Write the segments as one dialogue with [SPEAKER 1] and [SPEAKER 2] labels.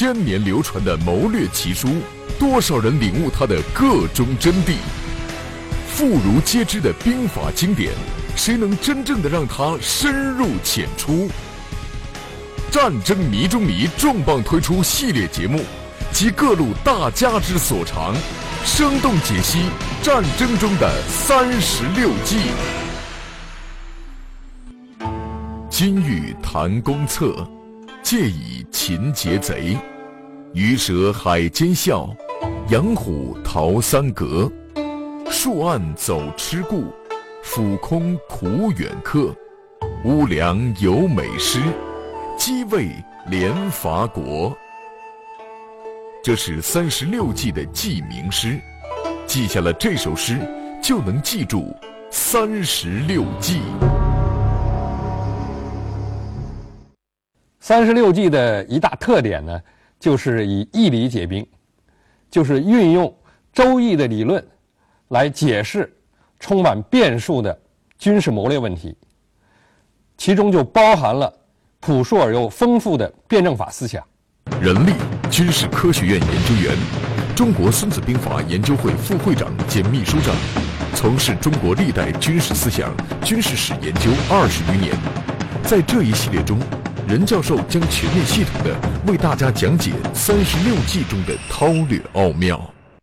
[SPEAKER 1] 千年流传的谋略奇书，多少人领悟它的各中真谛？妇孺皆知的兵法经典，谁能真正的让它深入浅出？战争迷中迷重磅推出系列节目，集各路大家之所长，生动解析战争中的36计。金玉谈公策，借以擒劫贼；鱼蛇海间笑，养虎逃三阁。树暗走痴故，俯空苦远客。屋梁有美诗，鸡卫连伐国。这是36计的记名诗，记下了这首诗，就能记住36计。
[SPEAKER 2] 36计的一大特点呢，就是以义理解兵，就是运用周易的理论来解释充满变数的军事谋略问题，其中就包含了朴素而又丰富的辩证法思想。
[SPEAKER 1] 任力，军事科学院研究员，中国孙子兵法研究会副会长兼秘书长，从事中国历代军事思想、军事史研究20余年。在这一系列中，任教授将全面系统地为大家讲解36计中的韬略奥妙。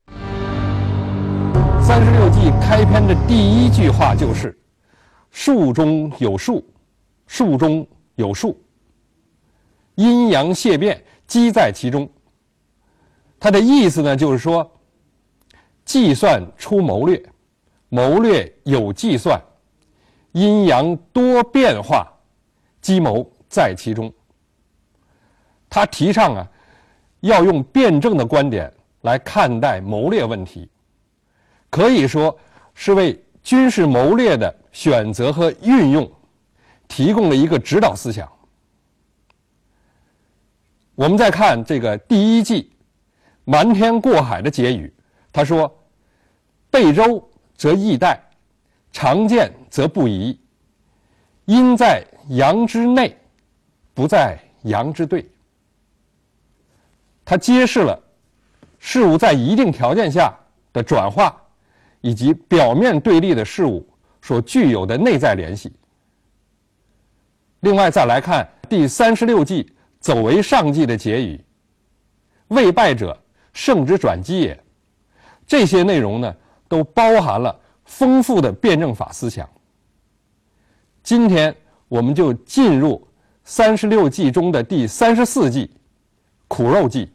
[SPEAKER 2] 36计开篇的第一句话就是“术中有术，术中有术，阴阳谢变，机在其中”。它的意思呢，就是说，计算出谋略，谋略有计算，阴阳多变化，计谋在其中。他提倡要用辩证的观点来看待谋略问题，可以说是为军事谋略的选择和运用提供了一个指导思想。我们再看这个第一计瞒天过海的结语，他说：背舟则易殆，常见则不疑，因在阳之内，不在阳之对。它揭示了事物在一定条件下的转化，以及表面对立的事物所具有的内在联系。另外再来看第36计走为上计的结语：未败者，胜之转机也。这些内容呢，都包含了丰富的辩证法思想。今天我们就进入36计中的第34计苦肉计。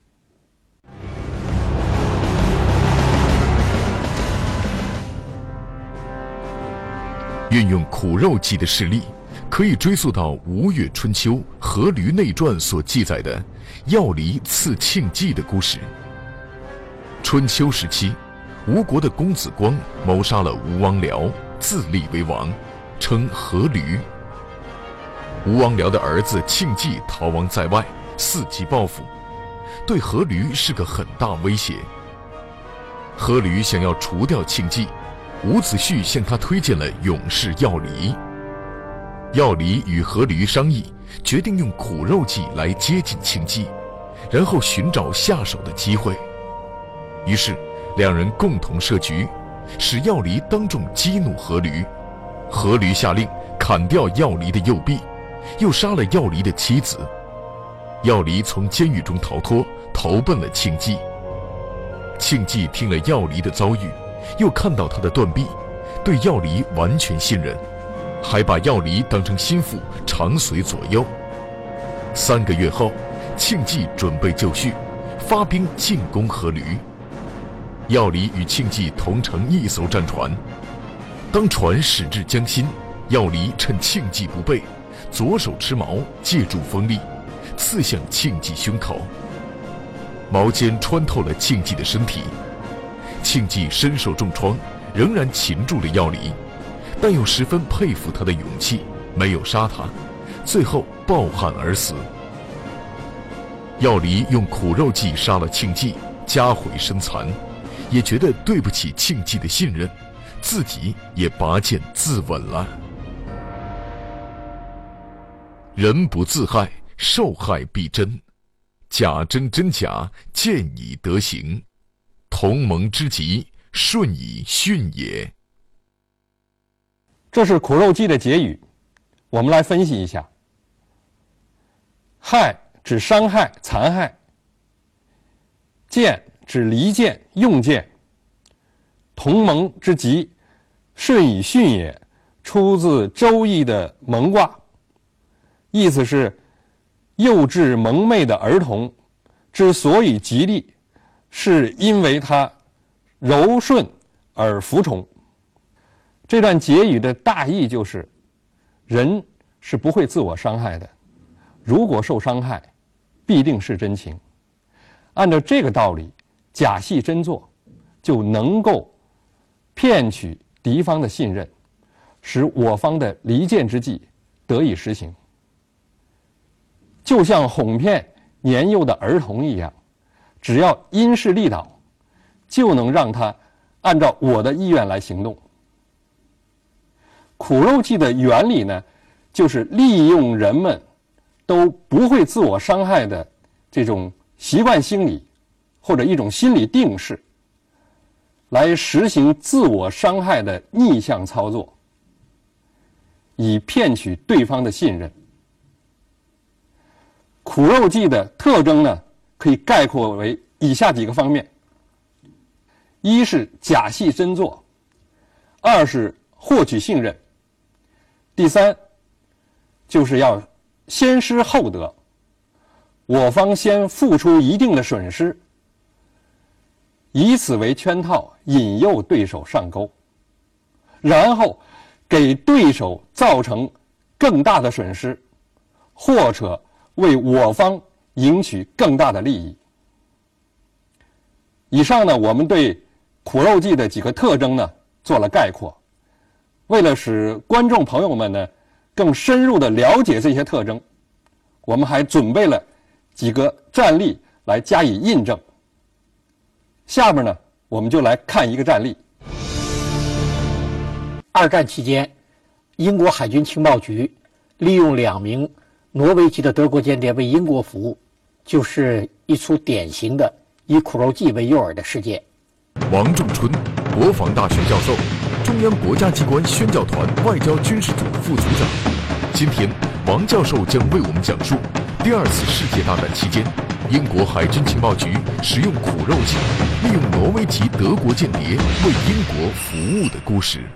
[SPEAKER 1] 运用苦肉计的事例，可以追溯到吴越春秋《阖闾内传》所记载的药离刺庆忌的故事。春秋时期，吴国的公子光谋杀了吴王僚，自立为王，称阖闾。吴王僚的儿子庆忌逃亡在外，伺机报复，对阖闾是个很大威胁。阖闾想要除掉庆忌，伍子胥向他推荐了勇士药离。药离与阖闾商议，决定用苦肉计来接近庆忌，然后寻找下手的机会。于是两人共同设局，使药离当众激怒阖闾。阖闾下令砍掉药离的右臂，又杀了药离的妻子。药离从监狱中逃脱，投奔了庆忌。庆忌听了药离的遭遇，又看到他的断臂，对药离完全信任，还把药离当成心腹，常随左右。3个月后，庆忌准备就绪，发兵进攻阖闾。药离与庆忌同乘一艘战船，当船驶至江心，药离趁庆忌不备，左手持矛，借助风力，刺向庆忌胸口。矛尖穿透了庆忌的身体，庆忌身受重创，仍然擒住了药离，但又十分佩服他的勇气，没有杀他，最后抱憾而死。药离用苦肉计杀了庆忌，加毁身残，也觉得对不起庆忌的信任，自己也拔剑自刎了。人不自害，受害必真。 假真真假，见以得行。同盟之极，顺以训也。
[SPEAKER 2] 这是苦肉计的结语，我们来分析一下。害指伤害、残害；剑指离间、用剑。同盟之极，顺以训也，出自《周易》的蒙卦，意思是幼稚蒙昧的儿童之所以吉利，是因为他柔顺而服从。这段结语的大意就是，人是不会自我伤害的，如果受伤害，必定是真情。按照这个道理，假戏真做，就能够骗取敌方的信任，使我方的离间之计得以实行。就像哄骗年幼的儿童一样，只要因势利导，就能让他按照我的意愿来行动。苦肉计的原理呢，就是利用人们都不会自我伤害的这种习惯心理或者一种心理定势，来实行自我伤害的逆向操作，以骗取对方的信任。苦肉计的特征呢，可以概括为以下几个方面：一是假戏真做，二是获取信任，第三就是要先失后得，我方先付出一定的损失，以此为圈套，引诱对手上钩，然后给对手造成更大的损失，或者为我方赢取更大的利益。以上呢，我们对苦肉计的几个特征呢做了概括。为了使观众朋友们呢更深入地了解这些特征，我们还准备了几个战例来加以印证。下面呢，我们就来看一个战例。
[SPEAKER 3] 二战期间，英国海军情报局利用2名挪威籍的德国间谍为英国服务，就是一出典型的以苦肉计为诱饵的事件。
[SPEAKER 1] 王仲春，国防大学教授，中央国家机关宣教团外交军事组副组长。今天，王教授将为我们讲述第2次世界大战期间，英国海军情报局使用苦肉计，利用挪威籍德国间谍为英国服务的故事。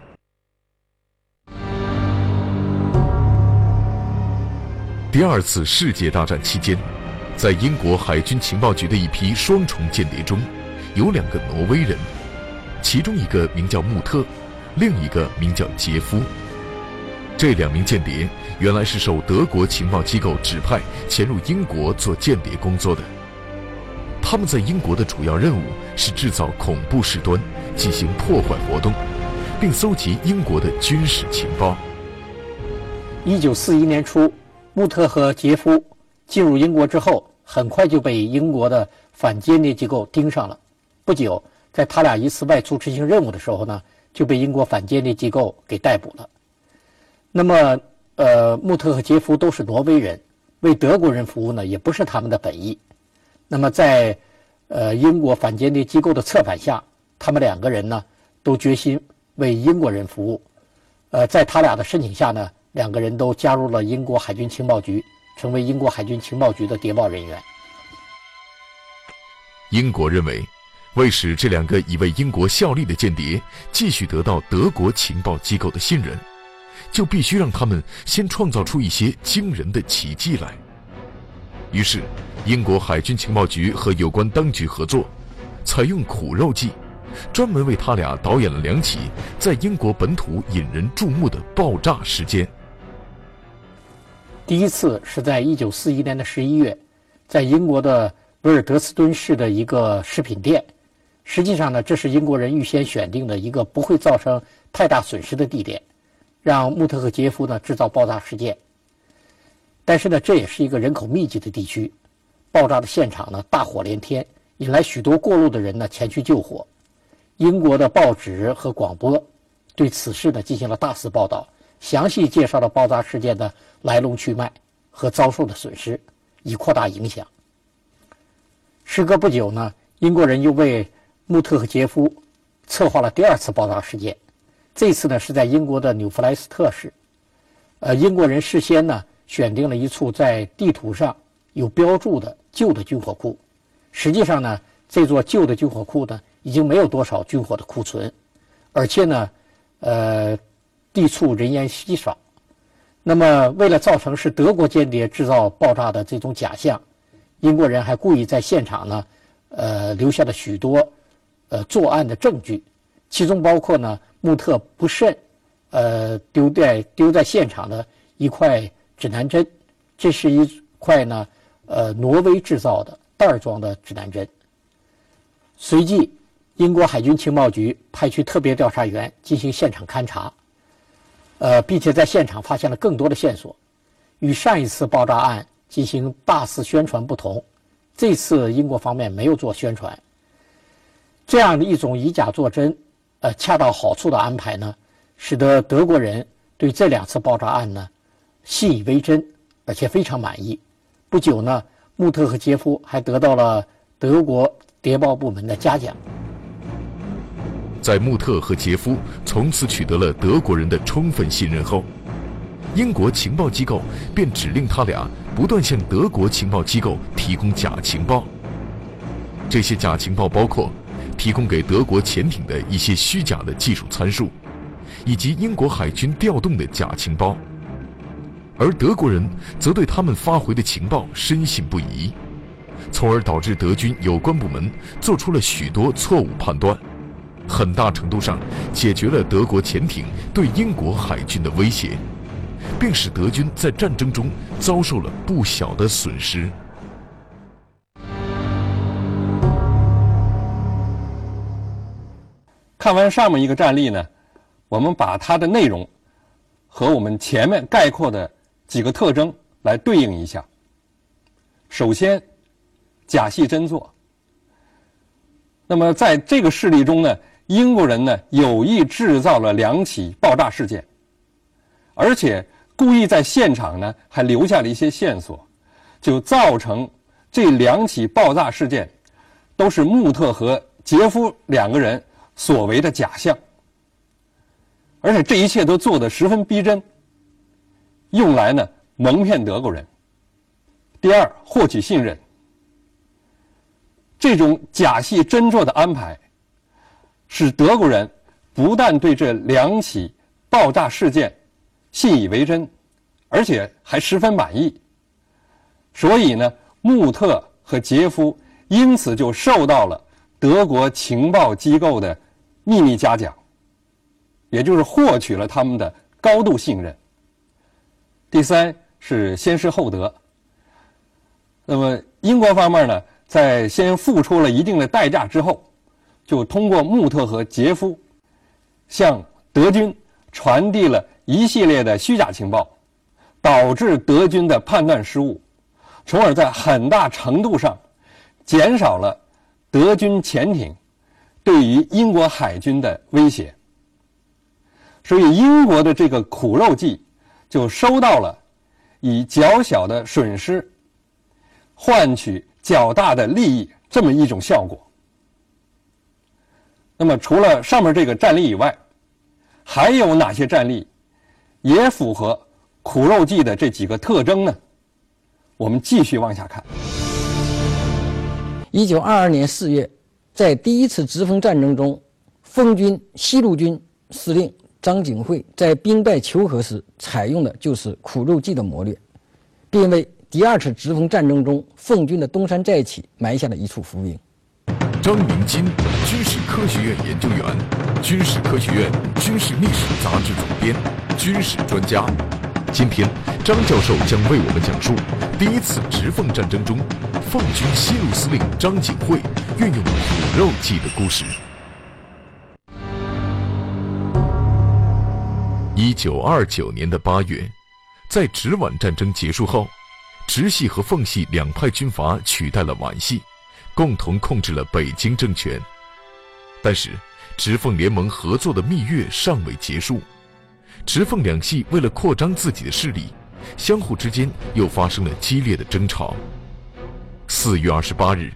[SPEAKER 1] 第2次世界大战期间，在英国海军情报局的一批双重间谍中，有2个挪威人，其中一个名叫穆特，另一个名叫杰夫。这2名间谍原来是受德国情报机构指派潜入英国做间谍工作的。他们在英国的主要任务是制造恐怖事端，进行破坏活动，并搜集英国的军事情报。
[SPEAKER 3] 1941年初，穆特和杰夫进入英国之后，很快就被英国的反间谍机构盯上了。不久，在他俩一次外出执行任务的时候呢，就被英国反间谍机构给逮捕了。那么，穆特和杰夫都是挪威人，为德国人服务呢，也不是他们的本意。那么在英国反间谍机构的策反下，他们2个人呢，都决心为英国人服务。在他俩的申请下呢，2个人都加入了英国海军情报局，成为英国海军情报局的谍报人员。
[SPEAKER 1] 英国认为，为使这2个已为英国效力的间谍继续得到德国情报机构的信任，就必须让他们先创造出一些惊人的奇迹来。于是，英国海军情报局和有关当局合作，采用苦肉计，专门为他俩导演了2起在英国本土引人注目的爆炸事件。
[SPEAKER 3] 第一次是在1941年的11月，在英国的威尔德斯敦市的一个食品店。实际上呢，这是英国人预先选定的一个不会造成太大损失的地点，让穆特和杰夫呢制造爆炸事件。但是呢，这也是一个人口密集的地区，爆炸的现场呢大火连天，引来许多过路的人呢前去救火。英国的报纸和广播对此事呢进行了大肆报道，详细介绍了爆炸事件的来龙去脉和遭受的损失，以扩大影响。 时隔不久呢，英国人又为穆特和杰夫策划了第二次爆炸事件。这次呢是在英国的纽弗莱斯特市。英国人事先呢选定了一处在地图上有标注的旧的军火库。实际上呢，这座旧的军火库呢已经没有多少军火的库存，而且呢，地处人烟稀少。那么，为了造成是德国间谍制造爆炸的这种假象，英国人还故意在现场呢，留下了许多作案的证据，其中包括呢穆特不慎丢在现场的一块指南针，这是一块呢挪威制造的袋装的指南针。随即，英国海军情报局派去特别调查员进行现场勘查，并且在现场发现了更多的线索。与上一次爆炸案进行大肆宣传不同，这次英国方面没有做宣传。这样的一种以假作真，恰到好处的安排呢，使得德国人对这2次爆炸案呢信以为真，而且非常满意。不久呢，穆特和杰夫还得到了德国谍报部门的嘉奖。
[SPEAKER 1] 在穆特和杰夫从此取得了德国人的充分信任后，英国情报机构便指令他俩不断向德国情报机构提供假情报。这些假情报包括提供给德国潜艇的一些虚假的技术参数，以及英国海军调动的假情报，而德国人则对他们发回的情报深信不疑，从而导致德军有关部门做出了许多错误判断，很大程度上解决了德国潜艇对英国海军的威胁，并使德军在战争中遭受了不小的损失。
[SPEAKER 2] 看完上面一个战例呢，我们把它的内容和我们前面概括的几个特征来对应一下。首先，假戏真做。那么在这个事例中呢，英国人呢有意制造了2起爆炸事件，而且故意在现场呢还留下了一些线索，就造成这2起爆炸事件都是穆特和杰夫2个人所为的假象，而且这一切都做得十分逼真，用来呢蒙骗德国人。第二，获取信任。这种假戏真做的安排，使德国人不但对这2起爆炸事件信以为真，而且还十分满意。所以呢，穆特和杰夫因此就受到了德国情报机构的秘密嘉奖，也就是获取了他们的高度信任。第三是先失后得。那么英国方面呢，在先付出了一定的代价之后，就通过穆特和杰夫向德军传递了一系列的虚假情报，导致德军的判断失误，从而在很大程度上减少了德军潜艇对于英国海军的威胁。所以英国的这个苦肉计就收到了以较小的损失换取较大的利益这么一种效果。那么除了上面这个战例以外，还有哪些战例也符合苦肉计的这几个特征呢？我们继续往下看。
[SPEAKER 4] 1922年4月，在第一次直奉战争中，奉军西路军司令张景惠在兵败求和时采用的就是苦肉计的谋略，并为第二次直奉战争中奉军的东山再起埋下了一处伏兵。
[SPEAKER 1] 张明金，军事科学院研究员，军事科学院军事历史杂志总编，军事专家。今天，张教授将为我们讲述第一次直奉战争中奉军西路司令张景惠运用苦肉计的故事。1929年的8月，在直皖战争结束后，直系和奉系2派军阀取代了皖系，共同控制了北京政权。但是，直奉联盟合作的蜜月尚未结束，直奉2系为了扩张自己的势力，相互之间又发生了激烈的争吵。4月28日，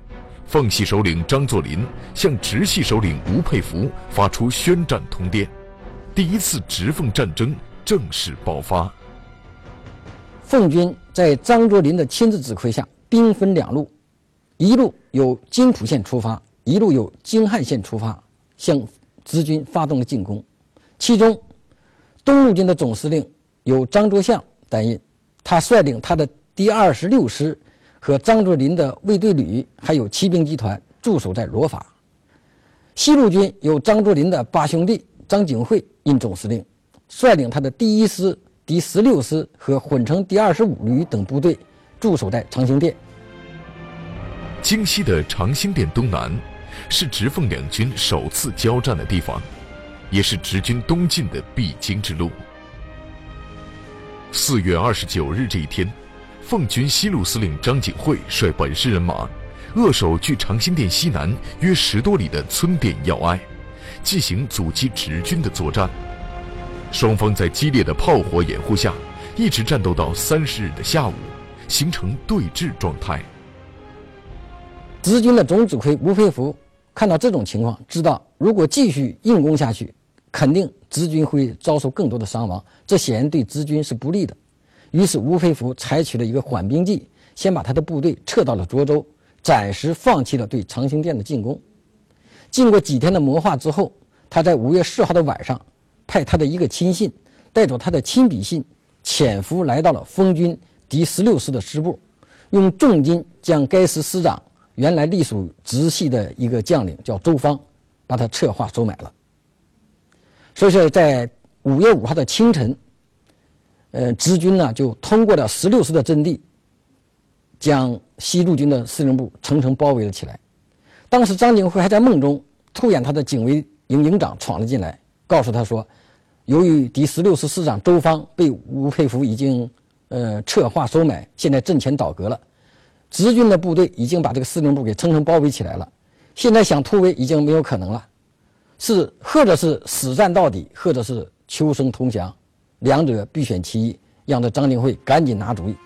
[SPEAKER 1] 奉系首领张作霖向直系首领吴佩孚发出宣战通电，第一次直奉战争正式爆发。
[SPEAKER 4] 奉军在张作霖的亲自指挥下，兵分两路，一路由津浦线出发，一路由京汉线出发，向直军发动了进攻。其中，东路军的总司令由张作相担任，他率领他的第26师和张作霖的卫队旅还有骑兵集团驻守在罗法。西路军由张作霖的八兄弟张景惠任总司令，率领他的第1师、第16师和混成第25旅等部队驻守在长兴店。
[SPEAKER 1] 京西的长兴店东南是直奉两军首次交战的地方，也是直军东进的必经之路。4月29日这一天，奉军西路司令张景惠率本师人马扼守距长兴店西南约10多里的村店要隘，进行阻击直军的作战。双方在激烈的炮火掩护下，一直战斗到30日的下午，形成对峙状态。
[SPEAKER 4] 直军的总指挥吴佩孚看到这种情况，知道如果继续硬攻下去，肯定直军会遭受更多的伤亡，这显然对直军是不利的。于是吴佩孚采取了一个缓兵计，先把他的部队撤到了涿州，暂时放弃了对长兴店的进攻。经过几天的谋划之后，他在5月4号的晚上，派他的一个亲信带着他的亲笔信潜伏来到了奉军第16师的师部，用重金将该师师长原来隶属直系的一个将领叫周芳，把他策划收买了。所以说在5月5号的清晨，直军呢就通过了16师的阵地，将西路军的司令部层层包围了起来。当时张景惠还在梦中，突然他的警卫营营长闯了进来，告诉他说，由于第16师师长周芳被吴佩孚已经策划收买，现在阵前倒戈了，直军的部队已经把这个司令部给层层包围起来了，现在想突围已经没有可能了，是或者是死战到底，或者是求生投降，两者必选其一，让这张景惠赶紧拿主意。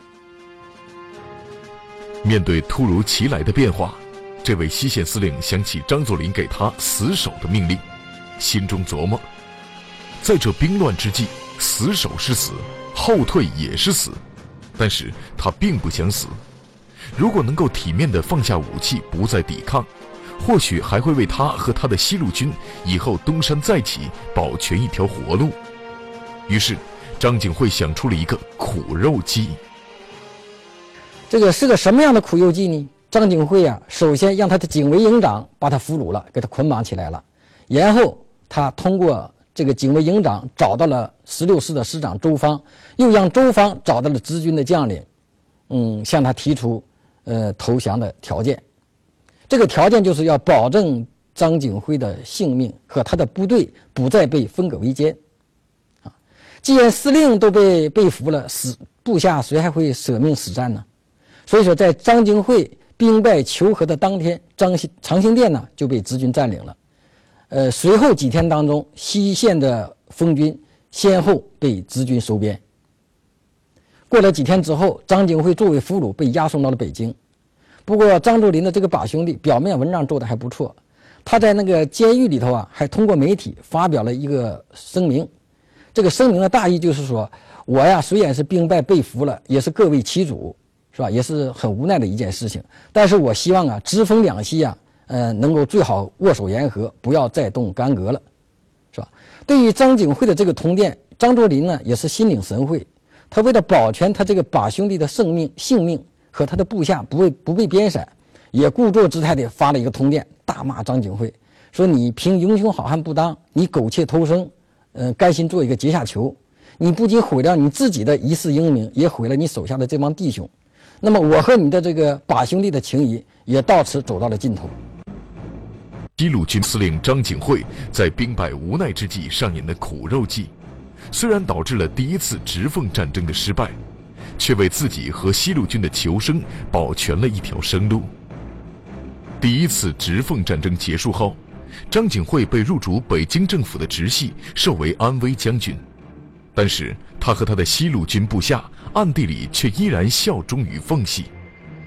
[SPEAKER 1] 面对突如其来的变化，这位西线司令想起张作霖给他死守的命令，心中琢磨，在这兵乱之际，死守是死，后退也是死，但是他并不想死。如果能够体面地放下武器，不再抵抗，或许还会为他和他的西路军以后东山再起保全一条活路。于是张景惠想出了一个苦肉计。
[SPEAKER 4] 这个是个什么样的苦肉计呢？张景惠啊，首先让他的警卫营长把他俘虏了，给他捆绑起来了，然后他通过这个警卫营长找到了16师的师长周芳，又让周芳找到了直军的将领，向他提出投降的条件。这个条件就是要保证张景惠的性命和他的部队不再被分割为奸。既然司令都被俘了，部下谁还会舍命死战呢？所以说，在张景惠兵败求和的当天，长兴店呢就被直军占领了。随后几天当中，西线的奉军先后被直军收编。过了几天之后，张景惠作为俘虏被押送到了北京。不过张作霖的这个把兄弟表面文章做得还不错，他在那个监狱里头啊，还通过媒体发表了一个声明。这个声明的大意就是说，我呀虽然是兵败被俘了，也是各为其主，是吧？也是很无奈的一件事情。但是我希望啊，直奉两西啊，能够最好握手言和，不要再动干戈了，是吧？对于张景惠的这个通电，张作霖呢也是心领神会。他为了保全他这个把兄弟的性命和他的部下不被边闪，也故作姿态地发了一个通电，大骂张景惠，说你凭英雄好汉不当，你苟且偷生，甘心做一个阶下囚，你不仅毁了你自己的一世英名，也毁了你手下的这帮弟兄。那么我和你的这个把兄弟的情谊也到此走到了尽头。
[SPEAKER 1] 西路军司令张景惠在兵败无奈之际上演的苦肉计，虽然导致了第一次直奉战争的失败，却为自己和西路军的求生保全了一条生路。第一次直奉战争结束后，张景惠被入主北京政府的直系，授为安威将军，但是他和他的西路军部下暗地里却依然效忠于奉系。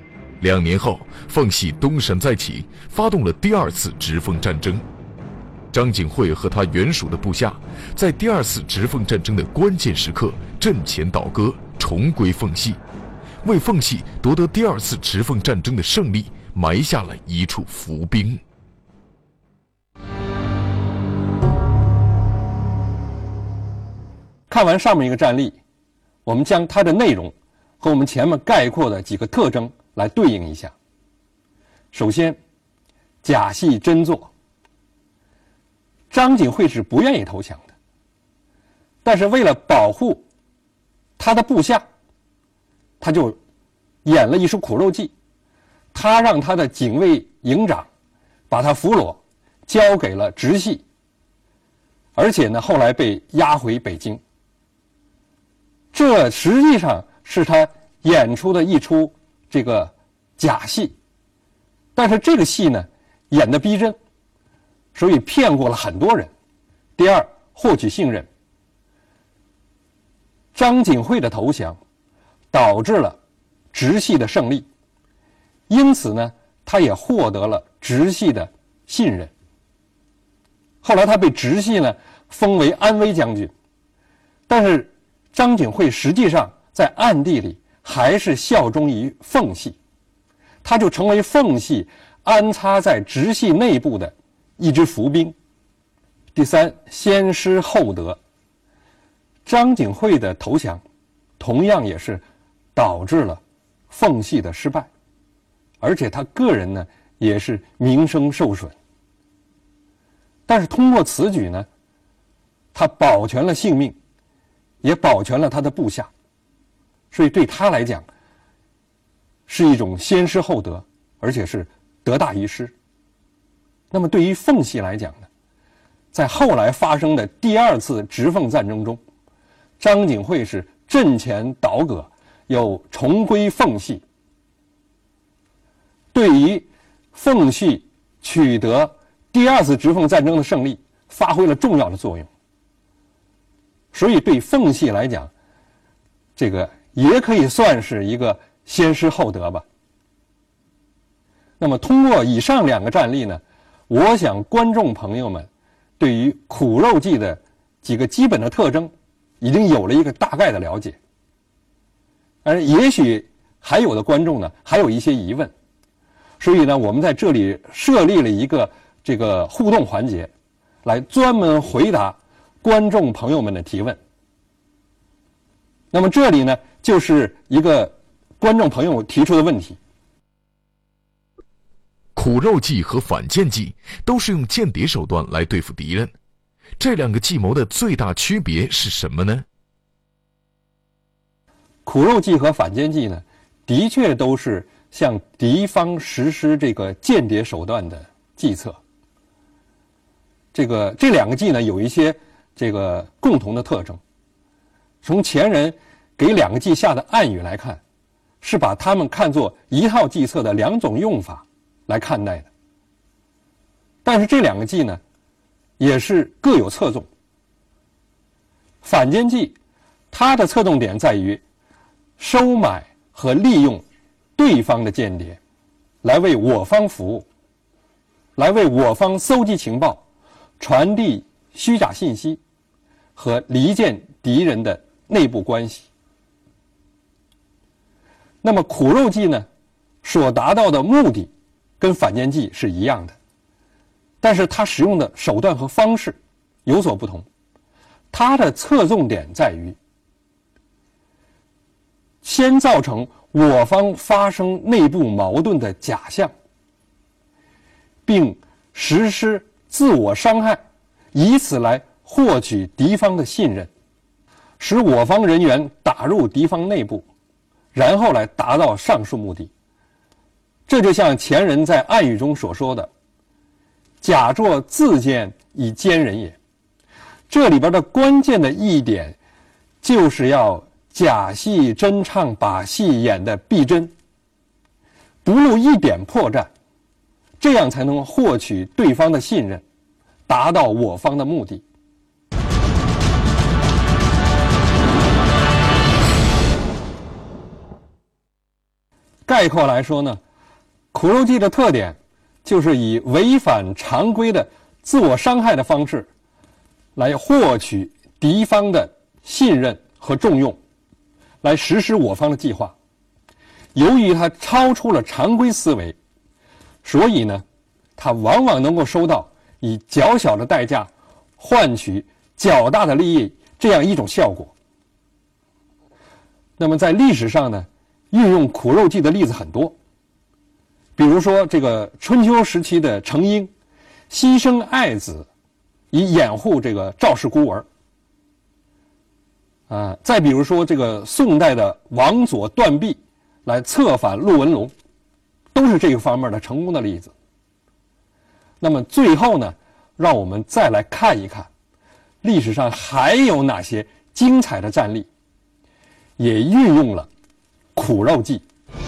[SPEAKER 1] 2年后，奉系东山再起，发动了第2次直奉战争。张景惠和他原属的部下，在第2次直奉战争的关键时刻阵前倒戈，重归奉系，为奉系夺得第2次直奉战争的胜利埋下了一处伏兵。
[SPEAKER 2] 看完上面一个战例，我们将它的内容和我们前面概括的几个特征来对应一下。首先，假戏真做。张景惠是不愿意投降的，但是为了保护他的部下，他就演了一出苦肉计。他让他的警卫营长把他俘虏，交给了直系，而且呢，后来被押回北京。这实际上是他演出的一出这个假戏，但是这个戏呢，演得逼真，所以骗过了很多人。第二，获取信任。张景惠的投降导致了直系的胜利，因此呢，他也获得了直系的信任。后来他被直系呢封为安威将军，但是张景惠实际上在暗地里还是效忠于奉系，他就成为奉系安插在直系内部的一支伏兵。第三，先失后得。张景惠的投降同样也是导致了奉系的失败，而且他个人呢也是名声受损。但是通过此举呢，他保全了性命，也保全了他的部下，所以对他来讲是一种先失后得，而且是得大于失。那么对于奉系来讲呢，在后来发生的第2次直奉战争中，张景惠是阵前倒戈，又重归奉系，对于奉系取得第2次直奉战争的胜利发挥了重要的作用。所以对奉系来讲，这个也可以算是一个先失后得吧。那么通过以上2个战例呢，我想观众朋友们对于苦肉计的几个基本的特征已经有了一个大概的了解。而也许还有的观众呢还有一些疑问，所以呢我们在这里设立了一个这个互动环节，来专门回答观众朋友们的提问。那么这里呢就是一个观众朋友提出的问题。
[SPEAKER 1] 苦肉计和反间计都是用间谍手段来对付敌人，这2个计谋的最大区别是什么呢？
[SPEAKER 2] 苦肉计和反间计呢，的确都是向敌方实施这个间谍手段的计策。这2个计呢有一些这个共同的特征。从前人给2个计下的暗语来看，是把它们看作一套计策的2种用法来看待的。但是这2个计呢，也是各有侧重。反间计，它的侧重点在于收买和利用对方的间谍，来为我方服务，来为我方搜集情报，传递虚假信息和离间敌人的内部关系。那么苦肉计呢，所达到的目的跟反间计是一样的，但是它使用的手段和方式有所不同。它的侧重点在于先造成我方发生内部矛盾的假象，并实施自我伤害，以此来获取敌方的信任，使我方人员打入敌方内部，然后来达到上述目的。这就像前人在暗语中所说的假作自奸以奸人也。这里边的关键的一点就是要假戏真唱，把戏演得逼真，不露一点破绽，这样才能获取对方的信任，达到我方的目的。概括来说呢， 苦肉计的特点就是以违反常规的自我伤害的方式来获取敌方的信任和重用，来实施我方的计划。由于它超出了常规思维，所以呢，它往往能够收到以较小的代价换取较大的利益这样一种效果。那么在历史上呢，运用苦肉计的例子很多，比如说这个春秋时期的程婴牺牲爱子以掩护这个赵氏孤儿，再比如说这个宋代的王佐断臂来策反陆文龙，都是这个方面的成功的例子。那么最后呢，让我们再来看一看历史上还有哪些精彩的战例也运用了苦肉计。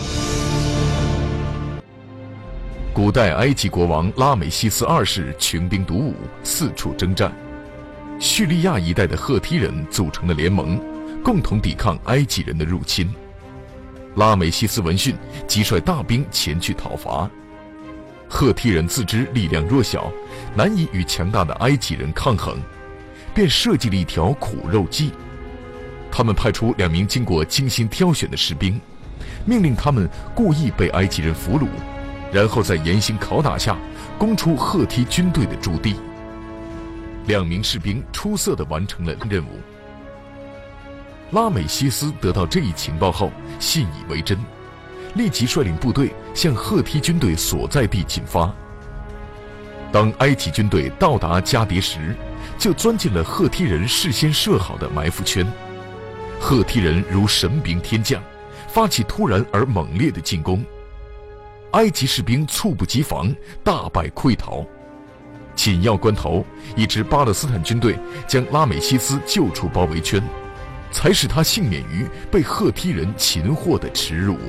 [SPEAKER 1] 古代埃及国王拉美西斯二世穷兵黩武，四处征战。叙利亚一带的赫梯人组成了联盟，共同抵抗埃及人的入侵。拉美西斯闻讯，即率大兵前去讨伐。赫梯人自知力量弱小，难以与强大的埃及人抗衡，便设计了一条苦肉计。他们派出2名经过精心挑选的士兵，命令他们故意被埃及人俘虏，然后在严刑拷打下攻出赫梯军队的驻地。2名士兵出色地完成了任务。拉美西斯得到这一情报后，信以为真，立即率领部队向赫梯军队所在地进发。当埃及军队到达加迭时，就钻进了赫梯人事先设好的埋伏圈。赫梯人如神兵天将，发起突然而猛烈的进攻。埃及士兵猝不及防，大败溃逃。紧要关头，一支巴勒斯坦军队将拉美西斯救出包围圈，才使他幸免于被赫梯人擒获的耻辱。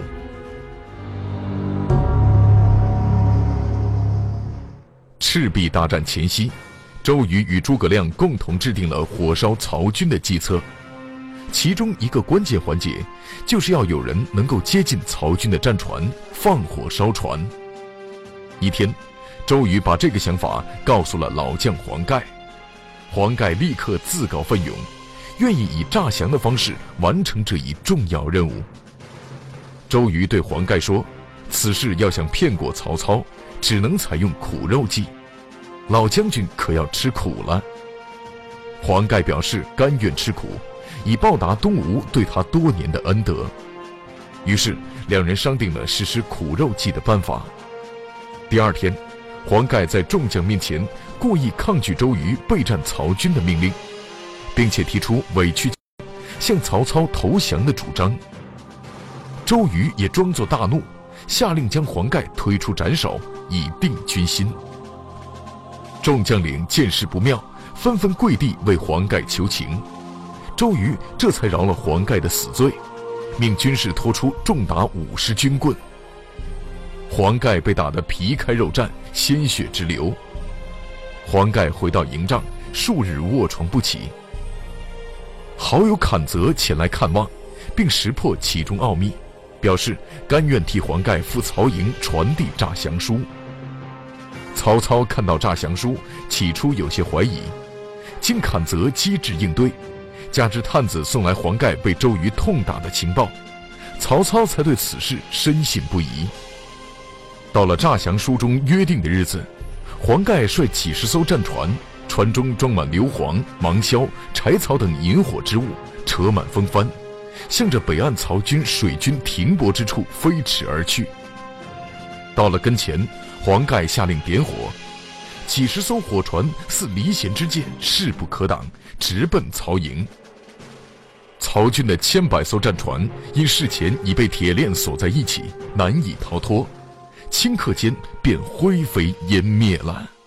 [SPEAKER 1] 赤壁大战前夕，周瑜与诸葛亮共同制定了火烧曹军的计策，其中一个关键环节就是要有人能够接近曹军的战船，放火烧船。一天，周瑜把这个想法告诉了老将黄盖，黄盖立刻自告奋勇，愿意以诈降的方式完成这一重要任务。周瑜对黄盖说，此事要想骗过曹操，只能采用苦肉计，老将军可要吃苦了。黄盖表示甘愿吃苦，以报答东吴对他多年的恩德。于是2人商定了实施苦肉计的办法。第2天，黄盖在众将面前故意抗拒周瑜备战曹军的命令，并且提出委曲向曹操投降的主张。周瑜也装作大怒，下令将黄盖推出斩首，以定军心。众将领见势不妙，纷纷跪地为黄盖求情。周瑜这才饶了黄盖的死罪，命军士拖出重达50军棍。黄盖被打得皮开肉绽，鲜血直流。黄盖回到营帐，数日卧床不起。好友阚泽前来看望，并识破其中奥秘，表示甘愿替黄盖赴曹营传递诈降书。曹操看到诈降书，起初有些怀疑，经阚泽机智应对，加之探子送来黄盖被周瑜痛打的情报，曹操才对此事深信不疑。到了诈降书中约定的日子，黄盖率几10艘战船，船中装满硫磺、芒硝、柴草等引火之物，扯满风帆，向着北岸曹军水军停泊之处飞驰而去。到了跟前，黄盖下令点火，几10艘火船似离弦之箭，势不可挡，直奔曹营。曹军的千百艘战船因事前已被铁链锁在一起，难以逃脱，顷刻间便灰飞烟灭了。